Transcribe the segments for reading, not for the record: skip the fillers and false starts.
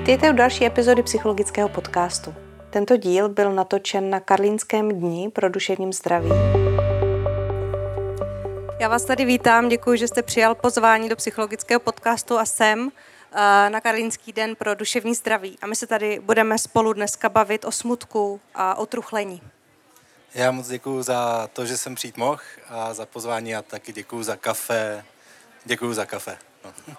Vítejte u další epizody psychologického podcastu. Tento díl byl natočen na Karlínském dni pro duševním zdraví. Já vás tady vítám, děkuji, že jste přijal pozvání do psychologického podcastu a jsem na Karlínský den pro duševní zdraví. A my se tady budeme spolu dneska bavit o smutku a o truchlení. Já moc děkuji za to, že jsem přijít mohl a za pozvání a taky děkuji za kafe. Děkuji za kafe. No.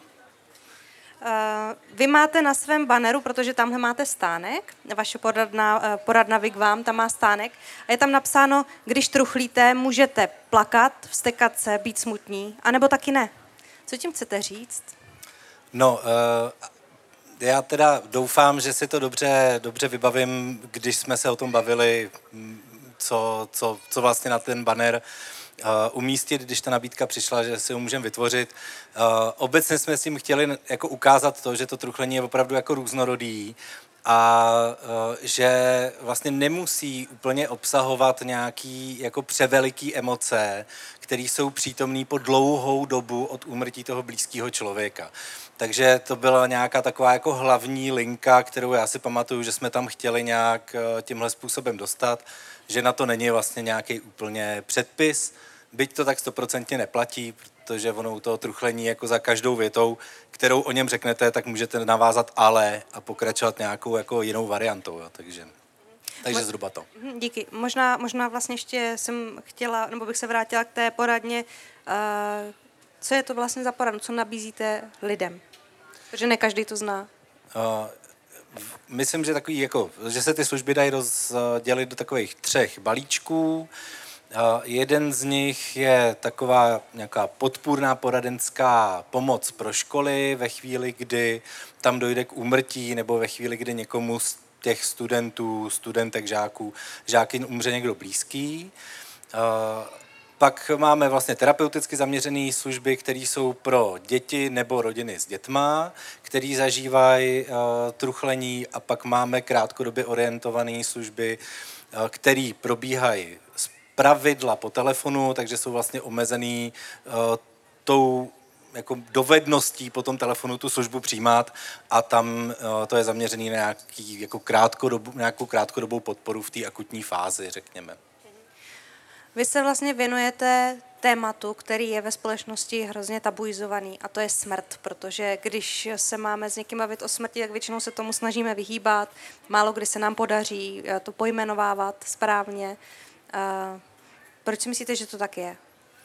Vy máte na svém banneru, protože tamhle máte stánek, vaše poradna Wigwam, tam má stánek a je tam napsáno, když truchlíte, můžete plakat, vztekat se, být smutní, anebo taky ne. Co tím chcete říct? No, já teda doufám, že si to dobře vybavím, když jsme se o tom bavili, co vlastně na ten banner umístit, když ta nabídka přišla, že si ho můžeme vytvořit. Obecně jsme s tím chtěli jako ukázat to, že to truchlení je opravdu jako různorodý a že vlastně nemusí úplně obsahovat nějaký jako převeliký emoce, které jsou přítomné po dlouhou dobu od úmrtí toho blízkého člověka. Takže to byla nějaká taková jako hlavní linka, kterou já si pamatuju, že jsme tam chtěli nějak tímhle způsobem dostat, že na to není vlastně nějaký úplně předpis, byť to tak 100% neplatí, protože ono u toho truchlení jako za každou větou, kterou o něm řeknete, tak můžete navázat ale a pokračovat nějakou jako jinou variantou, jo, takže zhruba to. Díky. Možná vlastně ještě jsem chtěla, nebo bych se vrátila k té poradně. Co je to vlastně za poradnu? Co nabízíte lidem? Protože ne každý to zná. Myslím, že že se ty služby dají rozdělit do takových 3 balíčků. Jeden z nich je taková nějaká podpůrná poradenská pomoc pro školy ve chvíli, kdy tam dojde k úmrtí nebo ve chvíli, kdy někomu z těch studentů, studentek, žáky umře někdo blízký. Pak máme vlastně terapeuticky zaměřené služby, které jsou pro děti nebo rodiny s dětma, který zažívají truchlení, a pak máme krátkodobě orientované služby, které probíhají pravidla po telefonu, takže jsou vlastně omezený tou jako dovedností po tom telefonu tu službu přijímat a tam to je zaměřený na nějakou krátkodobou podporu v té akutní fázi, řekněme. Vy se vlastně věnujete tématu, který je ve společnosti hrozně tabuizovaný, a to je smrt, protože když se máme s někým bavit o smrti, tak většinou se tomu snažíme vyhýbat, málo kdy se nám podaří to pojmenovávat správně. Proč si myslíte, že to tak je?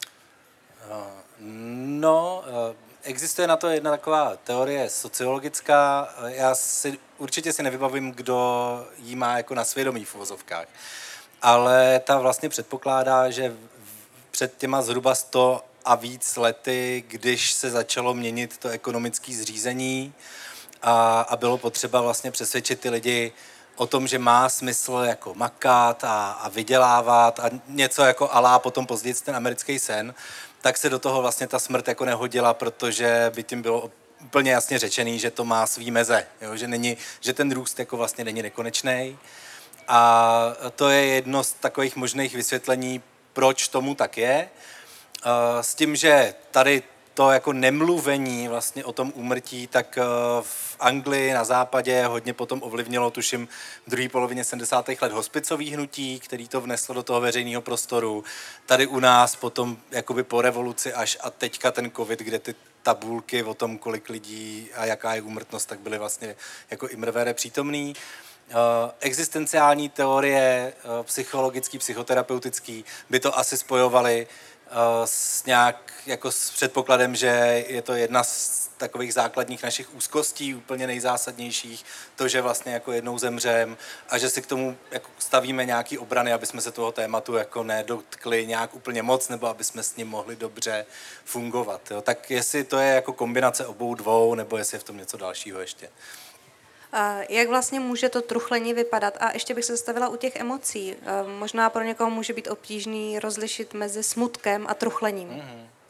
Existuje na to jedna taková teorie sociologická. Určitě si nevybavím, kdo jí má jako na svědomí v uvozovkách. Ale ta vlastně předpokládá, že před těma zhruba 100 a víc lety, když se začalo měnit to ekonomické zřízení a bylo potřeba vlastně přesvědčit ty lidi o tom, že má smysl jako makat a vydělávat a něco jako alá potom později ten americký sen, tak se do toho vlastně ta smrt jako nehodila, protože by tím bylo úplně jasně řečený, že to má svý meze, jo? Že ten růst jako vlastně není nekonečný. A to je jedno z takových možných vysvětlení, proč tomu tak je. S tím, že tady to jako nemluvení vlastně o tom úmrtí, tak v Anglii na západě hodně potom ovlivnilo, tuším, v druhé polovině 70. let hospicový hnutí, který to vneslo do toho veřejného prostoru. Tady u nás potom jakoby po revoluci až a teďka ten covid, kde ty tabulky o tom, kolik lidí a jaká je úmrtnost, tak byly vlastně jako imrvére přítomný. Existenciální teorie, psychologický, psychoterapeutický, by to asi spojovaly s předpokladem, že je to jedna z takových základních našich úzkostí, úplně nejzásadnějších, to, že vlastně jako jednou zemřem a že si k tomu jako stavíme nějaký obrany, aby jsme se toho tématu jako nedotkli nějak úplně moc, nebo aby jsme s ním mohli dobře fungovat. Jo. Tak jestli to je jako kombinace obou dvou, nebo jestli je v tom něco dalšího ještě. Jak vlastně může to truchlení vypadat? A ještě bych se zastavila u těch emocí. Možná pro někoho může být obtížný rozlišit mezi smutkem a truchlením.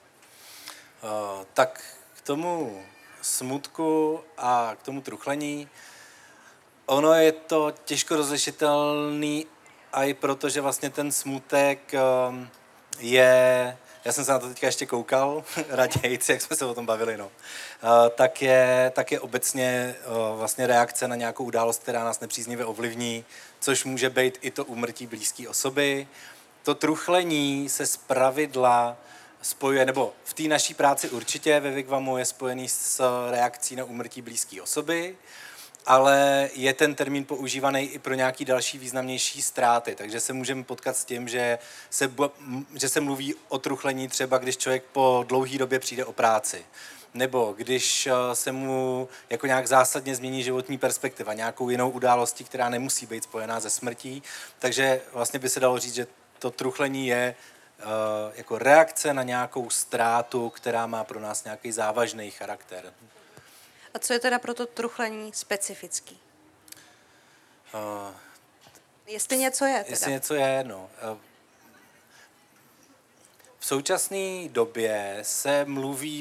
Tak k tomu smutku a k tomu truchlení, ono je to těžko rozlišitelný a i proto, že vlastně ten smutek je já jsem se na to teďka ještě koukal, radějc, jak jsme se o tom bavili, no. Tak je obecně vlastně reakce na nějakou událost, která nás nepříznivě ovlivní, což může být i to úmrtí blízké osoby. To truchlení se zpravidla spojuje, nebo v té naší práci určitě ve Wigwamu je spojený s reakcí na úmrtí blízké osoby, ale je ten termín používaný i pro nějaký další významnější ztráty, takže se můžeme potkat s tím, že se mluví o truchlení třeba, když člověk po dlouhé době přijde o práci, nebo když se mu jako nějak zásadně změní životní perspektiva, nějakou jinou událostí, která nemusí být spojená se smrtí, takže vlastně by se dalo říct, že to truchlení je jako reakce na nějakou ztrátu, která má pro nás nějaký závažný charakter. A co je teda pro to truchlení specifický? Jestli něco je teda. Jestli něco je, no. V současné době se mluví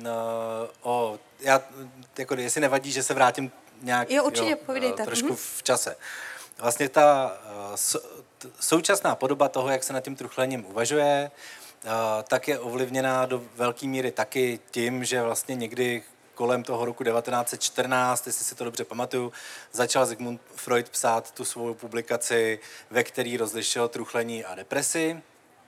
jako jestli nevadí, že se vrátím nějak povídejte. Trošku v čase. Vlastně ta současná podoba toho, jak se nad tím truchlením uvažuje, tak je ovlivněná do velké míry taky tím, že vlastně někdy kolem toho roku 1914, jestli si to dobře pamatuju, začal Sigmund Freud psát tu svou publikaci, ve který rozlišil truchlení a depresi.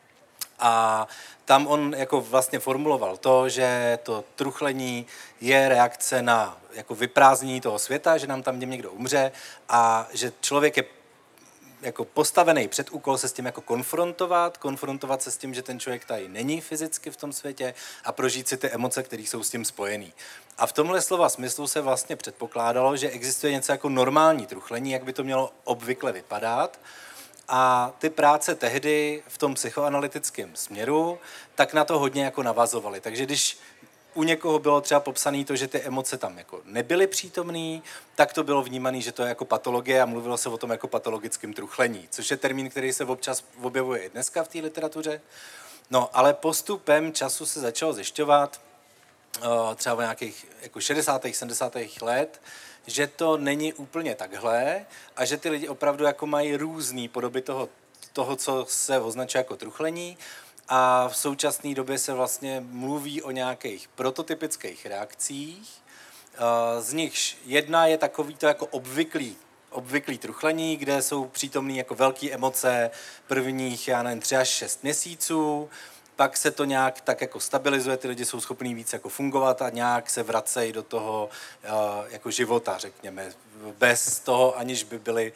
A tam on jako vlastně formuloval to, že to truchlení je reakce na jako vyprázdnění toho světa, že nám tam někdo umře a že člověk je jako postavený před úkol se s tím jako konfrontovat se s tím, že ten člověk tady není fyzicky v tom světě a prožít si ty emoce, které jsou s tím spojený. A v tomhle slova smyslu se vlastně předpokládalo, že existuje něco jako normální truchlení, jak by to mělo obvykle vypadat. A ty práce tehdy v tom psychoanalytickém směru tak na to hodně jako navazovaly. Takže když u někoho bylo třeba popsané to, že ty emoce tam jako nebyly přítomný, tak to bylo vnímané, že to je jako patologie a mluvilo se o tom jako patologickém truchlení, což je termín, který se občas objevuje i dneska v té literatuře. No, ale postupem času se začalo zjišťovat, třeba v nějakých jako 60. 70. let, že to není úplně takhle a že ty lidi opravdu jako mají různé podoby toho, co se označuje jako truchlení. A v současné době se vlastně mluví o nějakých prototypických reakcích, z nichž jedna je takovýto jako obvyklý truchlení, kde jsou přítomný jako velké emoce prvních, 3 až 6 měsíců, pak se to nějak tak jako stabilizuje, ty lidi jsou schopní víc jako fungovat a nějak se vracejí do toho jako života, řekněme, bez toho, aniž by byli,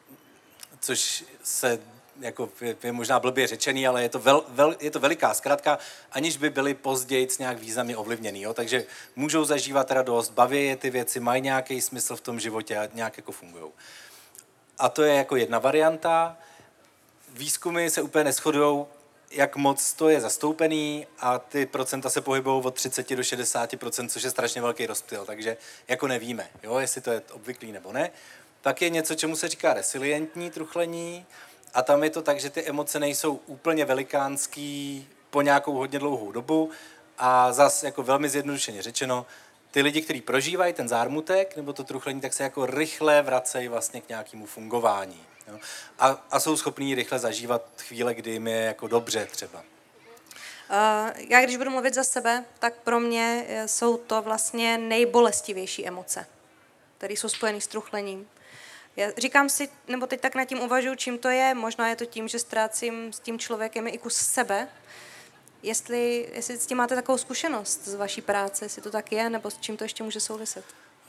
což se jako je možná blbě řečený, ale je to veliká zkratka, aniž by byli později nějak významně ovlivněný. Jo? Takže můžou zažívat radost, baví je ty věci, mají nějaký smysl v tom životě a nějak jako fungují. A to je jako jedna varianta. Výzkumy se úplně neshodují, jak moc to je zastoupený a ty procenta se pohybují od 30 do 60%, což je strašně velký rozptyl, takže jako nevíme, jo? Jestli to je obvyklý nebo ne. Tak je něco, čemu se říká resilientní truchlení, a tam je to tak, že ty emoce nejsou úplně velikánský po nějakou hodně dlouhou dobu a zas jako velmi zjednodušeně řečeno, ty lidi, kteří prožívají ten zármutek nebo to truchlení, tak se jako rychle vracejí vlastně k nějakému fungování. Jo? A jsou schopní rychle zažívat chvíle, kdy jim je jako dobře třeba. Já když budu mluvit za sebe, tak pro mě jsou to vlastně nejbolestivější emoce, které jsou spojené s truchlením. Já říkám si, nebo teď tak nad tím uvažuji, čím to je. Možná je to tím, že ztrácím s tím člověkem i kus sebe. Jestli s tím máte takovou zkušenost z vaší práce, jestli to tak je, nebo s čím to ještě může souviset?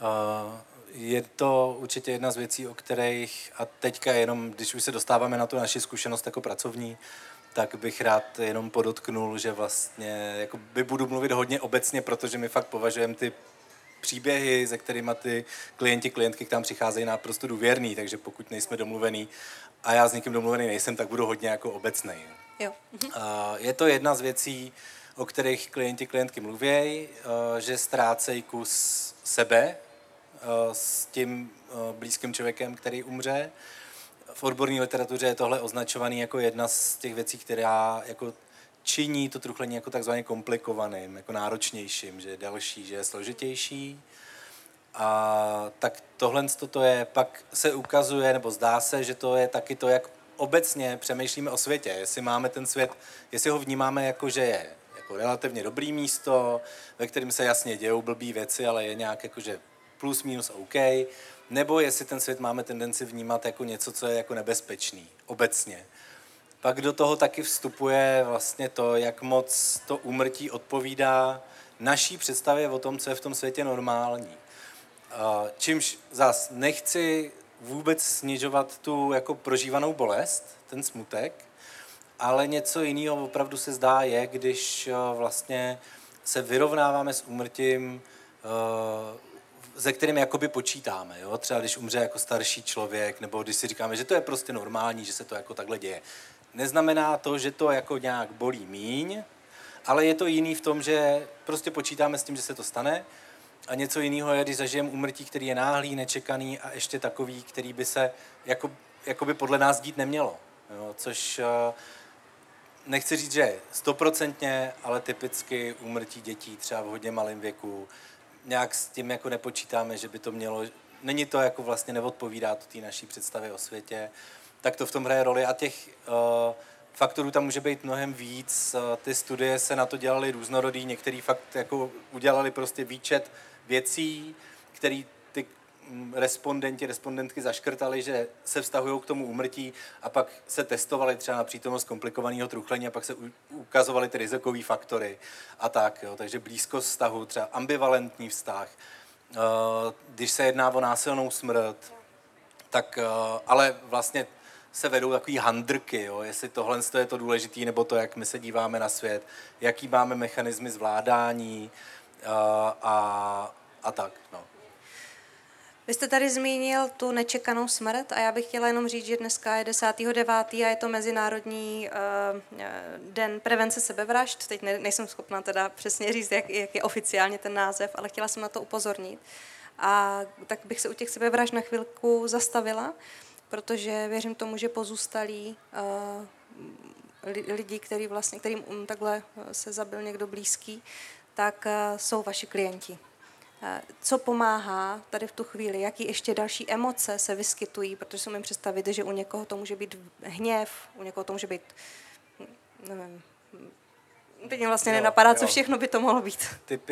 Je to určitě jedna z věcí, o kterých, a teďka jenom, když už se dostáváme na tu naši zkušenost jako pracovní, tak bych rád jenom podotknul, že vlastně jako budu mluvit hodně obecně, protože my fakt považujeme ty příběhy, se kterými ty klientky k nám přicházejí naprosto důvěrný, takže pokud nejsme domluvený a já s někým domluvený nejsem, tak budu hodně jako obecnej. Jo. Je to jedna z věcí, o kterých klientky mluvějí, že ztrácejí kus sebe s tím blízkým člověkem, který umře. V odborné literatuře je tohle označovaný jako jedna z těch věcí, která jako činí to truchlení jako takzvaně komplikovaným, jako náročnějším, že je delší, že je složitější. A tak tohle to je, pak se ukazuje, nebo zdá se, že to je taky to, jak obecně přemýšlíme o světě. Jestli máme ten svět, jestli ho vnímáme jako, že je jako relativně dobrý místo, ve kterém se jasně dějou blbý věci, ale je nějak jakože plus minus OK, nebo jestli ten svět máme tendenci vnímat jako něco, co je jako nebezpečný, obecně. Pak do toho taky vstupuje vlastně to, jak moc to úmrtí odpovídá naší představě o tom, co je v tom světě normální. Čímž zas nechci vůbec snižovat tu jako prožívanou bolest, ten smutek, ale něco jiného opravdu se zdá je, když vlastně se vyrovnáváme s úmrtím, se kterým jakoby počítáme. Jo? Třeba když umře jako starší člověk, nebo když si říkáme, že to je prostě normální, že se to jako takhle děje. Neznamená to, že to jako nějak bolí míň, ale je to jiný v tom, že prostě počítáme s tím, že se to stane, a něco jiného je, když zažijeme úmrtí, který je náhlý, nečekaný a ještě takový, který by se jakoby podle nás dít nemělo. Jo? Což nechci říct, že 100%, ale typicky úmrtí dětí třeba v hodně malém věku. Nějak s tím jako nepočítáme, že by to mělo, není to jako vlastně neodpovídá to té naší představě o světě, tak to v tom hraje roli a těch faktorů tam může být mnohem víc. Ty studie se na to dělaly různorodý, některý fakt jako udělali prostě výčet věcí, které ty respondentky zaškrtali, že se vztahují k tomu úmrtí a pak se testovali třeba na přítomnost komplikovaného truchlení a pak se ukazovaly ty rizikové faktory a tak. Jo. Takže blízkost vztahu, třeba ambivalentní vztah, když se jedná o násilnou smrt, tak ale vlastně se vedou takový handrky, jo, jestli tohle je to důležitý, nebo to, jak my se díváme na svět, jaký máme mechanismy zvládání a tak. No. Vy jste tady zmínil tu nečekanou smrt a já bych chtěla jenom říct, že dneska je 10.9. a je to Mezinárodní den prevence sebevražd. Teď nejsem schopná teda přesně říct, jak je oficiálně ten název, ale chtěla jsem na to upozornit. A tak bych se u těch sebevražd na chvilku zastavila, protože věřím tomu, že pozůstalí lidi, kterým takhle se zabil někdo blízký, tak jsou vaši klienti. Co pomáhá tady v tu chvíli, jaký ještě další emoce se vyskytují, protože si umím představit, že u někoho to může být hněv, u někoho to může být, nevím, teď mě vlastně nenapadá, co všechno by to mohlo být.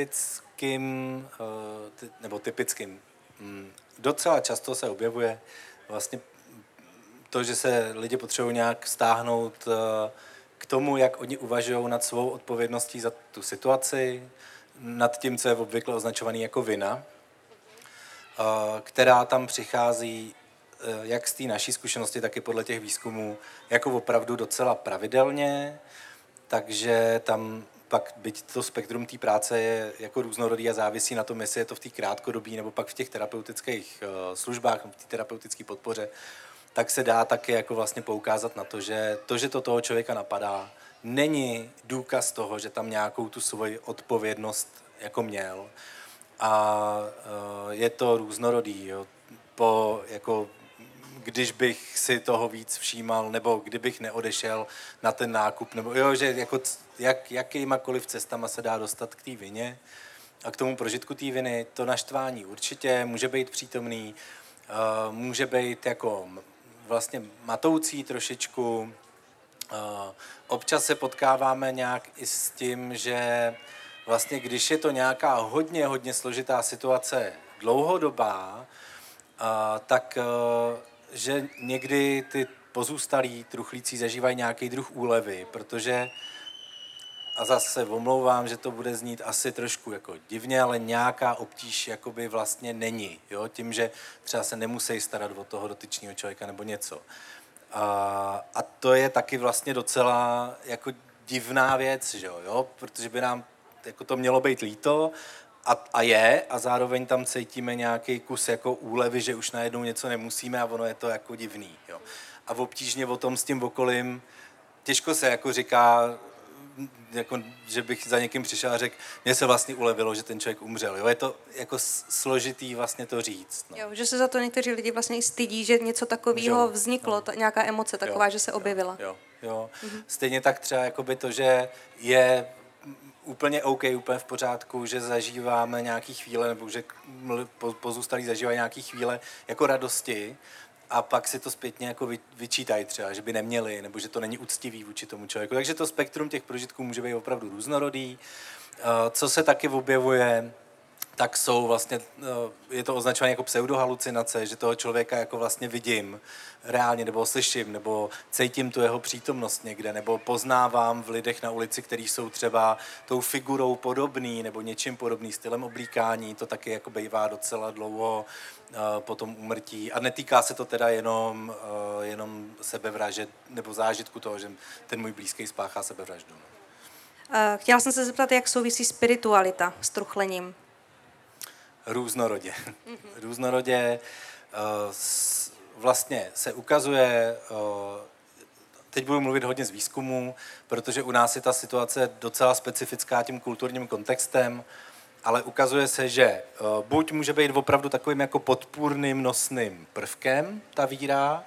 Typickým, docela často se objevuje vlastně to, že se lidi potřebují nějak stáhnout k tomu, jak oni uvažují nad svou odpovědností za tu situaci, nad tím, co je obvykle označovaný jako vina, která tam přichází jak z té naší zkušenosti, tak i podle těch výzkumů jako opravdu docela pravidelně, takže tam pak, byť to spektrum té práce je jako různorodý a závisí na tom, jestli je to v té krátkodobí nebo pak v těch terapeutických službách, v té terapeutické podpoře, tak se dá taky jako vlastně poukázat na to, že to toho člověka napadá, není důkaz toho, že tam nějakou tu svoji odpovědnost jako měl. A je to různorodý. Jo. Když bych si toho víc všímal, nebo kdybych neodešel na ten nákup, nebo jo, že jako jakýmakoliv cestama se dá dostat k té vině a k tomu prožitku té viny, to naštvání určitě může být přítomný, může být jako vlastně matoucí trošičku. Občas se potkáváme nějak i s tím, že vlastně když je to nějaká hodně složitá situace dlouhodobá, tak že někdy ty pozůstalí truchlíci zažívají nějaký druh úlevy, protože, a zase omlouvám, že to bude znít asi trošku jako divně, ale nějaká obtíž jakoby vlastně není, jo? Tím, že třeba se nemusí starat o toho dotyčného člověka nebo něco. A to je taky vlastně docela jako divná věc, že jo? Protože by nám jako to mělo být líto a zároveň tam cítíme nějaký kus jako úlevy, že už najednou něco nemusíme a ono je to jako divný. Jo? A obtížně o tom s tím okolím těžko se jako říká, jako, že bych za někým přišel a řekl, mně se vlastně ulevilo, že ten člověk umřel. Jo? Je to jako složitý vlastně to říct. No. Jo, že se za to někteří lidi vlastně i stydí, že něco takového vzniklo, nějaká emoce taková, že se objevila. Jo. Stejně tak třeba jakoby to, že je úplně OK, úplně v pořádku, že zažíváme nějaký chvíle, nebo že pozůstalí zažívají nějaký chvíle jako radosti, a pak si to zpětně jako vyčítají třeba, že by neměli, nebo že to není úctivý vůči tomu člověku. Takže to spektrum těch prožitků může být opravdu různorodý. Co se taky objevuje, tak jsou vlastně, je to označované jako pseudohalucinace, že toho člověka jako vlastně vidím reálně, nebo slyším, nebo cítím tu jeho přítomnost někde, nebo poznávám v lidech na ulici, kteří jsou třeba tou figurou podobný, nebo něčím podobný stylem oblíkání, to taky jako bývá docela dlouho po tom úmrtí. A netýká se to teda jenom sebevraždy, nebo zážitku toho, že ten můj blízký spáchá sebevraždu. Chtěla jsem se zeptat, jak souvisí spiritualita s truchlením? Různorodě. Různorodě vlastně se ukazuje, teď budu mluvit hodně z výzkumu, protože u nás je ta situace docela specifická tím kulturním kontextem, ale ukazuje se, že buď může být opravdu takovým jako podpůrným nosným prvkem ta víra,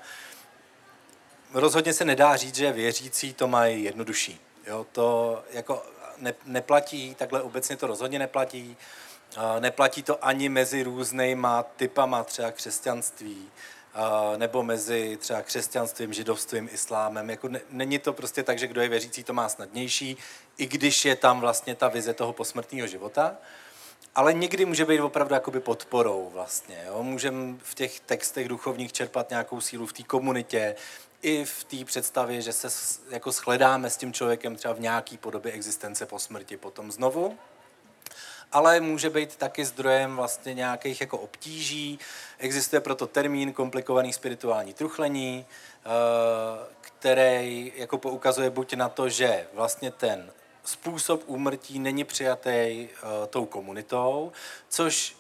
rozhodně se nedá říct, že věřící to mají jednodušší. Jo, to jako neplatí, takhle obecně to rozhodně neplatí. Neplatí to ani mezi různýma typama třeba křesťanství, nebo mezi třeba křesťanstvím, židovstvím, islámem. Jako není to prostě tak, že kdo je věřící, to má snadnější, i když je tam vlastně ta vize toho posmrtného života. Ale někdy může být opravdu jakoby podporou vlastně. Jo? Můžeme v těch textech duchovních čerpat nějakou sílu v té komunitě, i v té představě, že se jako shledáme s tím člověkem třeba v nějaké podobě existence po smrti potom znovu. Ale může být taky zdrojem vlastně nějakých jako obtíží. Existuje proto termín komplikovaný spirituální truchlení, který jako poukazuje buď na to, že vlastně ten způsob úmrtí není přijatý tou komunitou, což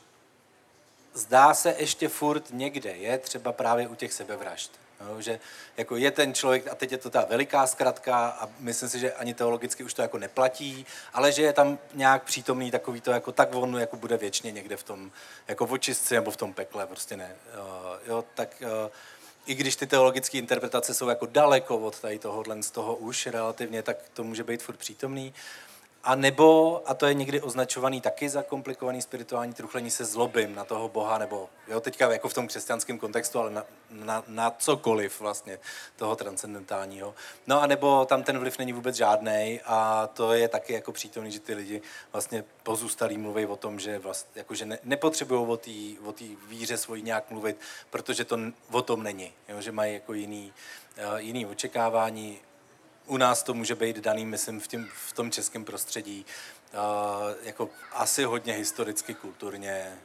zdá se ještě furt někde je, třeba právě u těch sebevražd. No, že jako je ten člověk, a teď je to ta veliká zkratka a myslím si, že ani teologicky už to jako neplatí, ale že je tam nějak přítomný takový to, jako tak on jako bude věčně někde v tom, jako v očistci nebo v tom pekle, prostě ne. Jo, tak i když ty teologické interpretace jsou jako daleko od tady tohohle z toho už relativně, tak to může být furt přítomný. A nebo, a to je někdy označovaný taky za komplikovaný spirituální truchlení, se zlobím na toho Boha, nebo jo, teďka jako v tom křesťanském kontextu, ale na cokoliv vlastně toho transcendentálního. No a nebo tam ten vliv není vůbec žádnej a to je taky jako přítomný, že ty lidi vlastně pozůstalí mluví o tom, že vlastně, jako, že nepotřebují o té víře svojí nějak mluvit, protože to o tom není, jo, že mají jako jiný očekávání. U nás to může být daný, myslím, v tom českém prostředí, jako asi hodně historicky, kulturně,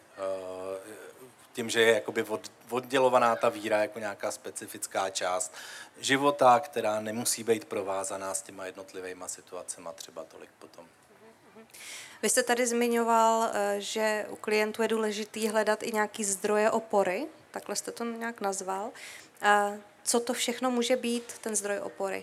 tím, že je jakoby oddělovaná ta víra jako nějaká specifická část života, která nemusí být provázaná s těma jednotlivýma situacema třeba tolik potom. Vy jste tady zmiňoval, že u klientů je důležitý hledat i nějaký zdroje opory, takhle jste to nějak nazval. Co to všechno může být, ten zdroj opory?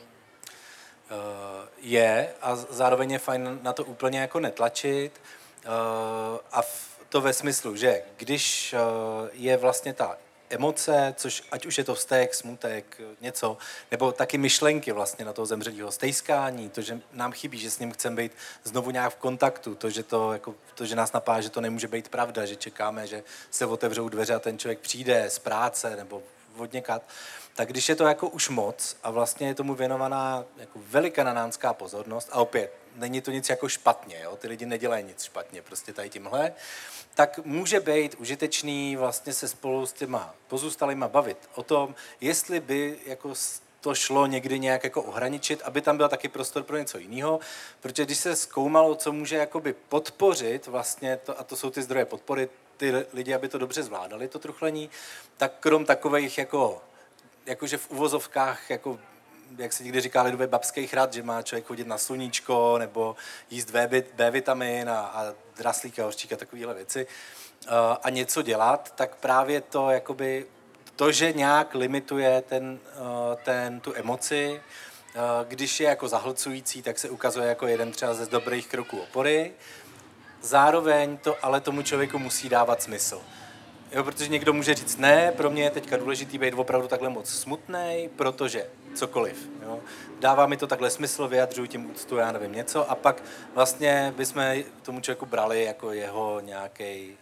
Je a zároveň je fajn na to úplně jako netlačit a to ve smyslu, že když je vlastně ta emoce, což ať už je to vztek, smutek, něco, nebo taky myšlenky vlastně na toho zemřelého, stejskání, to, že nám chybí, že s ním chceme být znovu nějak v kontaktu, to, že nás napádá, že to nemůže být pravda, že čekáme, že se otevřou dveře a ten člověk přijde z práce nebo odněkat, tak když je to jako už moc a vlastně je tomu věnovaná jako velikananánská pozornost a opět, není to nic jako špatně, jo? Ty lidi nedělají nic špatně, prostě tady tímhle, tak může být užitečný vlastně se spolu s těma pozůstalýma bavit o tom, jestli by jako to šlo někdy nějak jako ohraničit, aby tam byl taky prostor pro něco jiného, protože když se zkoumalo, co může jakoby podpořit vlastně, a to jsou ty zdroje podpory, ty lidi, aby to dobře zvládali, to truchlení, tak krom takových jakože v uvozovkách, jako, jak se někdy říká lidově babských rad, že má člověk chodit na sluníčko nebo jíst B vitamin a draslíka, hořčíka, takovéhle věci a něco dělat, tak právě to, jakoby, to, že nějak limituje tu emoci, když je jako zahlcující, tak se ukazuje jako jeden třeba ze dobrých kroků opory. Zároveň to ale tomu člověku musí dávat smysl. Jo, protože někdo může říct, ne, pro mě je teďka důležitý být opravdu takhle moc smutnej, protože cokoliv. Jo. Dává mi to takhle smysl, vyjadřuju tím úctu, já nevím něco, a pak vlastně bychom tomu člověku brali jako jeho nějaký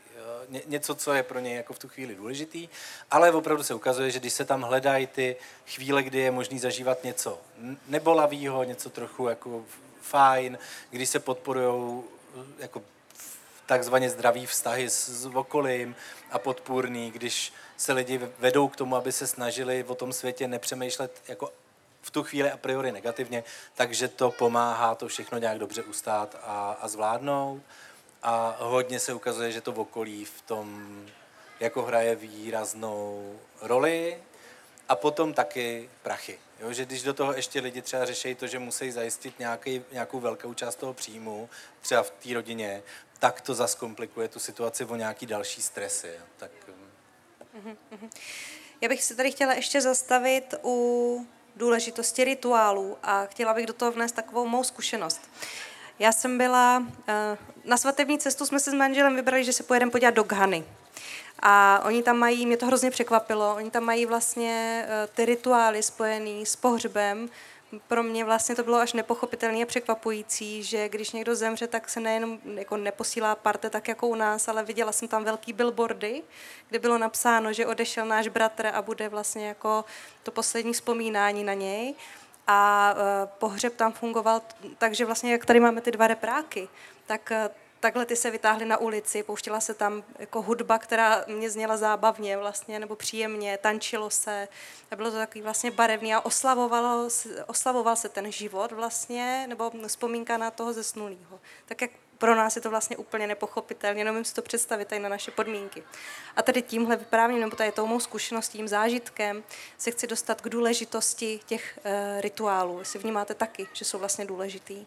něco, co je pro něj jako v tu chvíli důležitý, ale opravdu se ukazuje, že když se tam hledají ty chvíle, kdy je možný zažívat něco nebolavýho, něco trochu jako fajn, když se podporujou jako takzvaně zdravý vztahy s okolím a podpůrný, když se lidi vedou k tomu, aby se snažili o tom světě nepřemýšlet jako v tu chvíli a priori negativně, takže to pomáhá to všechno nějak dobře ustát a zvládnout. A hodně se ukazuje, že to v okolí v tom jako hraje výraznou roli. A potom taky prachy. Jo? Že když do toho ještě lidi třeba řeší to, že musí zajistit nějakou velkou část toho příjmu, třeba v té rodině, tak to zas komplikuje tu situaci o nějaký další stresy. Jo? Tak... Já bych se tady chtěla ještě zastavit u důležitosti rituálů a chtěla bych do toho vnést takovou mou zkušenost. Já jsem byla, na svatební cestu jsme se s manželem vybrali, že se pojedeme podívat do Ghany. A oni tam mají, mě to hrozně překvapilo, oni tam mají vlastně ty rituály spojený s pohřbem. Pro mě vlastně to bylo až nepochopitelně a překvapující, že když někdo zemře, tak se nejenom jako neposílá parte tak jako u nás, ale viděla jsem tam velký billboardy, kde bylo napsáno, že odešel náš bratr a bude vlastně jako to poslední vzpomínání na něj. A pohřeb tam fungoval, takže vlastně jak tady máme ty dva repráky, tak takhle ty se vytáhly na ulici, pouštěla se tam jako hudba, která mě zněla zábavně vlastně, nebo příjemně, tančilo se a bylo to takový vlastně barevný a oslavoval se ten život vlastně, nebo vzpomínka na toho zesnulého. Tak jak pro nás je to vlastně úplně nepochopitelné, nemůžu si to představit tady na naše podmínky. A tady tímhle vyprávěním, nebo tady tou mou zkušeností, tím zážitkem, se chci dostat k důležitosti těch rituálů. Jestli vnímáte taky, že jsou vlastně důležitý?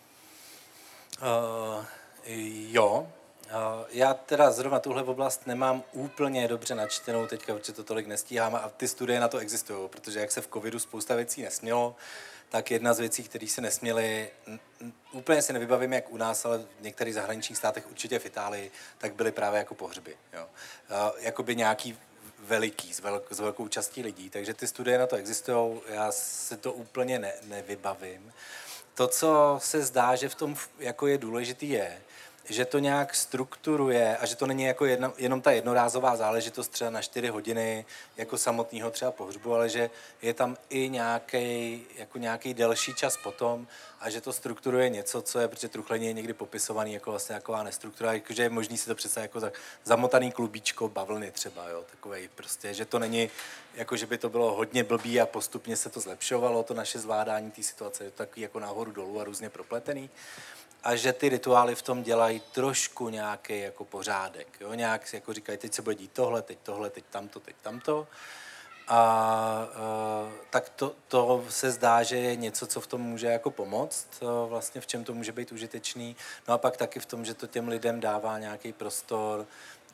Jo. Já teda zrovna tuhle oblast nemám úplně dobře načtenou teďka, protože to tolik nestíhám a ty studie na to existují, protože jak se v covidu spousta věcí nesmělo, tak jedna z věcí, které se nesměly, úplně si nevybavím, jak u nás, ale v některých zahraničních státech, určitě v Itálii, tak byly právě jako pohřby. Jo. Jakoby nějaký veliký, s velkou částí lidí, takže ty studie na to existují, já si to úplně nevybavím. To, co se zdá, že v tom jako je důležitý, je, že to nějak strukturuje a že to není jako jenom ta jednorázová záležitost třeba na 4 hodiny jako samotného třeba pohřbu, ale že je tam i nějaký delší čas potom a že to strukturuje něco, co je, protože truchlení je někdy popisovaný jako vlastně taková nestruktura, že je možný si to představit jako zamotaný klubíčko bavlny třeba, jo, takovej prostě, že to není jako, že by to bylo hodně blbý a postupně se to zlepšovalo, to naše zvládání té situace je to takový jako nahoru dolů a různě propletený. A že ty rituály v tom dělají trošku nějaký jako pořádek. Jo? Nějak jako říkají, teď se bude dít tohle, teď tamto, teď tamto. A tak to se zdá, že je něco, co v tom může jako pomoct, vlastně v čem to může být užitečný. No a pak taky v tom, že to těm lidem dává nějaký prostor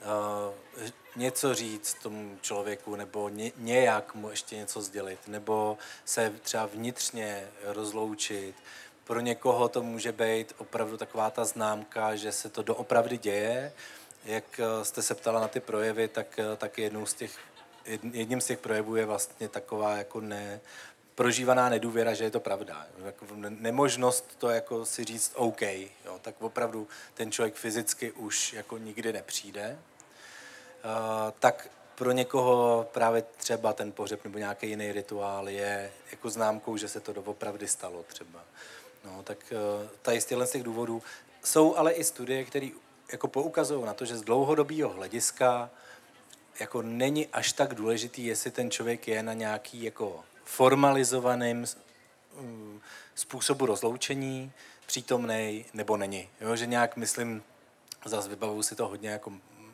něco říct tomu člověku, nebo nějak mu ještě něco sdělit, nebo se třeba vnitřně rozloučit. Pro někoho to může být opravdu taková ta známka, že se to doopravdy děje. Jak jste se ptala na ty projevy, tak jedním z těch projevů je vlastně taková jako prožívaná nedůvěra, že je to pravda. Jako nemožnost to jako si říct OK, jo, tak opravdu ten člověk fyzicky už jako nikdy nepřijde. Tak pro někoho právě třeba ten pohřeb nebo nějaký jiný rituál je jako známkou, že se to doopravdy stalo třeba. No, tak tady z těch důvodů jsou ale i studie, které jako poukazují na to, že z dlouhodobého hlediska jako není až tak důležitý, jestli ten člověk je na nějaký jako formalizovaným způsobu rozloučení přítomnej nebo není. Jo, že nějak myslím, zase vybavuju si to hodně jako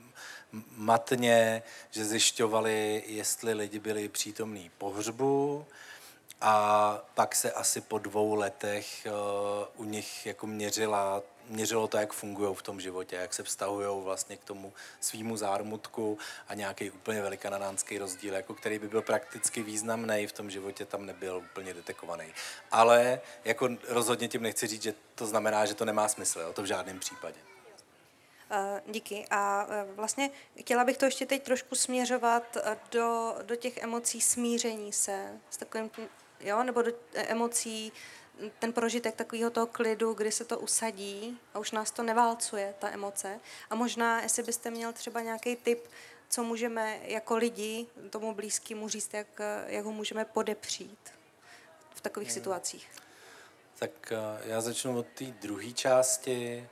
matně, že zjišťovali, jestli lidi byli přítomní pohřbu, a pak se asi po 2 letech u nich jako měřilo to, jak fungují v tom životě, jak se vztahují vlastně k tomu svýmu zármutku a nějaký úplně velikanánský rozdíl, jako který by byl prakticky významný v tom životě, tam nebyl úplně detekovaný. Ale jako rozhodně tím nechci říct, že to znamená, že to nemá smysl, jo? To v žádném případě. Díky. A vlastně chtěla bych to ještě teď trošku směřovat do těch emocí smíření se s takovým, jo, nebo do emocí ten prožitek takového toho klidu, kdy se to usadí a už nás to neválcuje, ta emoce. A možná, jestli byste měl třeba nějaký tip, co můžeme jako lidi tomu blízkému říct, jak ho můžeme podepřít v takových situacích. Tak já začnu od té druhé části.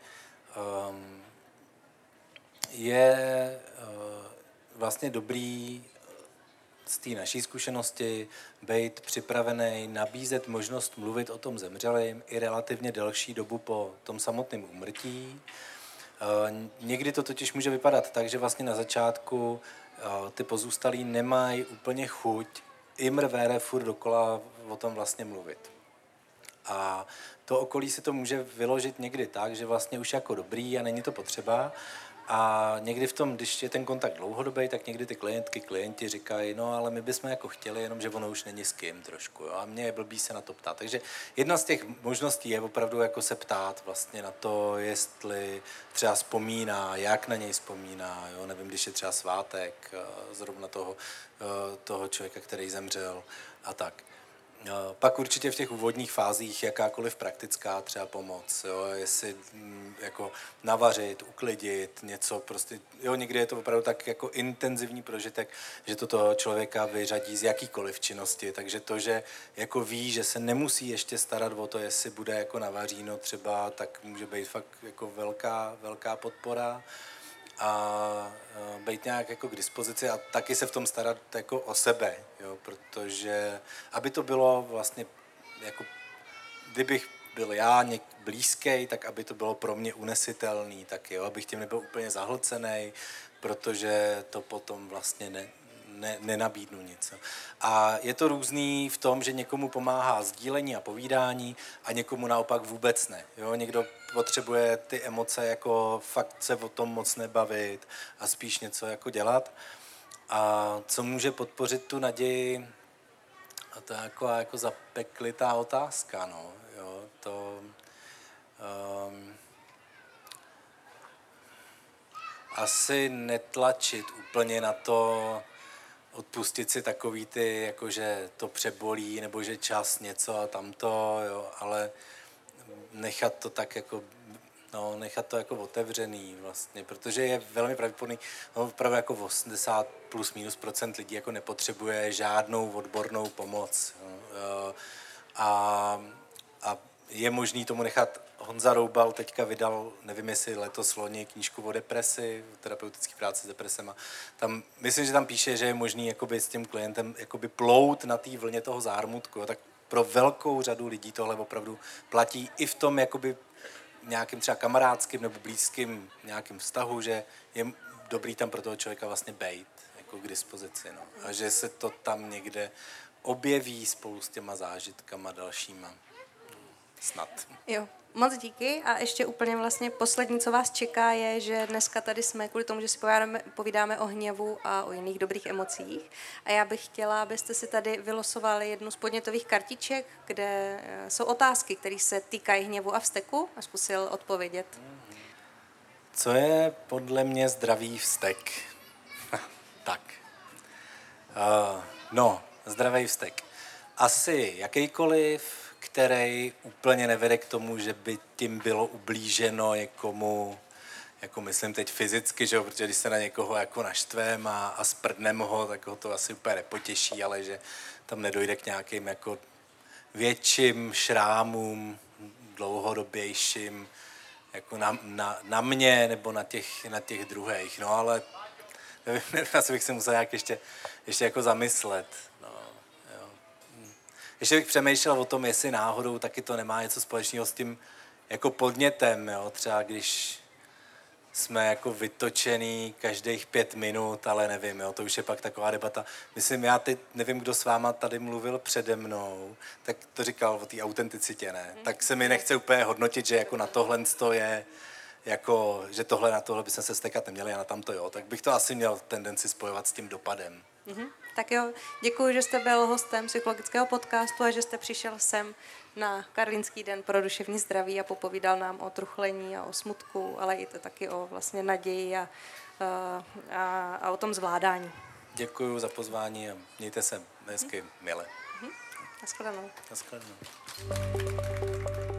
Je vlastně dobrý z té naší zkušenosti být připravený nabízet možnost mluvit o tom zemřelém i relativně delší dobu po tom samotném úmrtí. Někdy to totiž může vypadat tak, že vlastně na začátku ty pozůstalí nemají úplně chuť imr vére furt dokola o tom vlastně mluvit. A to okolí si to může vyložit někdy tak, že vlastně už jako dobrý a není to potřeba. A někdy v tom, když je ten kontakt dlouhodobý, tak někdy ty klienti říkají, no ale my bychom jako chtěli, jenom že ono už není s kým trošku. Jo? A mě je blbý se na to ptát. Takže jedna z těch možností je opravdu jako se ptát vlastně na to, jestli třeba vzpomíná, jak na něj vzpomíná, jo? Nevím, když je třeba svátek zrovna toho člověka, který zemřel a tak. Pak určitě v těch úvodních fázích jakákoliv praktická třeba pomoc, jo, jestli jako navařit, uklidit, něco prostě, jo, někdy je to opravdu tak jako intenzivní prožitek, že to toho člověka vyřadí z jakýkoliv činnosti, takže to, že jako ví, že se nemusí ještě starat o to, jestli bude jako navaříno třeba, tak může být fakt jako velká podpora. A být nějak jako k dispozici a taky se v tom starat jako o sebe, jo, protože aby to bylo vlastně jako, kdybych byl já blízký, tak aby to bylo pro mě unesitelný, tak jo, abych tím nebyl úplně zahlcený, protože to potom vlastně nenabídnu nic. A je to různý v tom, že někomu pomáhá sdílení a povídání a někomu naopak vůbec ne. Jo? Někdo potřebuje ty emoce jako fakt se o tom moc nebavit a spíš něco jako dělat. A co může podpořit tu naději, a to je jako zapeklitá otázka, no. Jo? To, asi netlačit úplně na to, odpustit si takový ty, jakože to přebolí, nebo že čas něco a tamto, jo, ale nechat to tak jako, no, nechat to jako otevřený vlastně, protože je velmi pravděpodobný, no, opravdu jako 80 plus minus procent lidí jako nepotřebuje žádnou odbornou pomoc. Jo, a je možný tomu nechat. Honza Roubal teďka vydal, nevím jestli letos loni, knížku o depresi, o terapeutické práci s depresema. Tam, myslím, že tam píše, že je možný jakoby s tím klientem jakoby plout na té vlně toho zármutku. Jo. Tak pro velkou řadu lidí tohle opravdu platí i v tom jakoby nějakým třeba kamarádským nebo blízkým nějakým vztahu, že je dobrý tam pro toho člověka vlastně bejt jako k dispozici. No. A že se to tam někde objeví spolu s těma zážitkama dalšíma. Snad. Jo, moc díky a ještě úplně vlastně poslední, co vás čeká, je, že dneska tady jsme kvůli tomu, že si povídáme o hněvu a o jiných dobrých emocích a já bych chtěla, abyste si tady vylosovali jednu z podnětových kartiček, kde jsou otázky, které se týkají hněvu a vzteku a zkusil odpovědět. Co je podle mě zdravý vztek? Tak. Zdravý vztek. Asi jakýkoliv, který úplně nevede k tomu, že by tím bylo ublíženo někomu, jako myslím teď fyzicky, že jo, protože když se na někoho jako naštvem a sprdnem ho, tak ho to asi úplně nepotěší, ale že tam nedojde k nějakým jako větším šrámům, dlouhodobějším, jako na mě nebo na těch druhých, no ale nevím, asi bych se musel nějak ještě jako zamyslet, no. Ještě bych přemýšlel o tom, jestli náhodou taky to nemá něco společného s tím jako podnětem, jo? Třeba když jsme jako vytočený každých 5 minut, ale nevím, jo? To už je pak taková debata. Myslím, já teď nevím, kdo s váma tady mluvil přede mnou, tak to říkal o té autenticitě, ne? Tak se mi nechce úplně hodnotit, že jako na tohle je jako, že na tohle bychom se stekat neměli a na tamto jo, tak bych to asi měl tendenci spojovat s tím dopadem. Mm-hmm. Tak jo, děkuji, že jste byl hostem psychologického podcastu a že jste přišel sem na Karlínský den pro duševní zdraví a popovídal nám o truchlení a o smutku, ale i to taky o vlastně naději a o tom zvládání. Děkuji za pozvání a mějte se hezky, milé. Naschledanou. Naschledanou.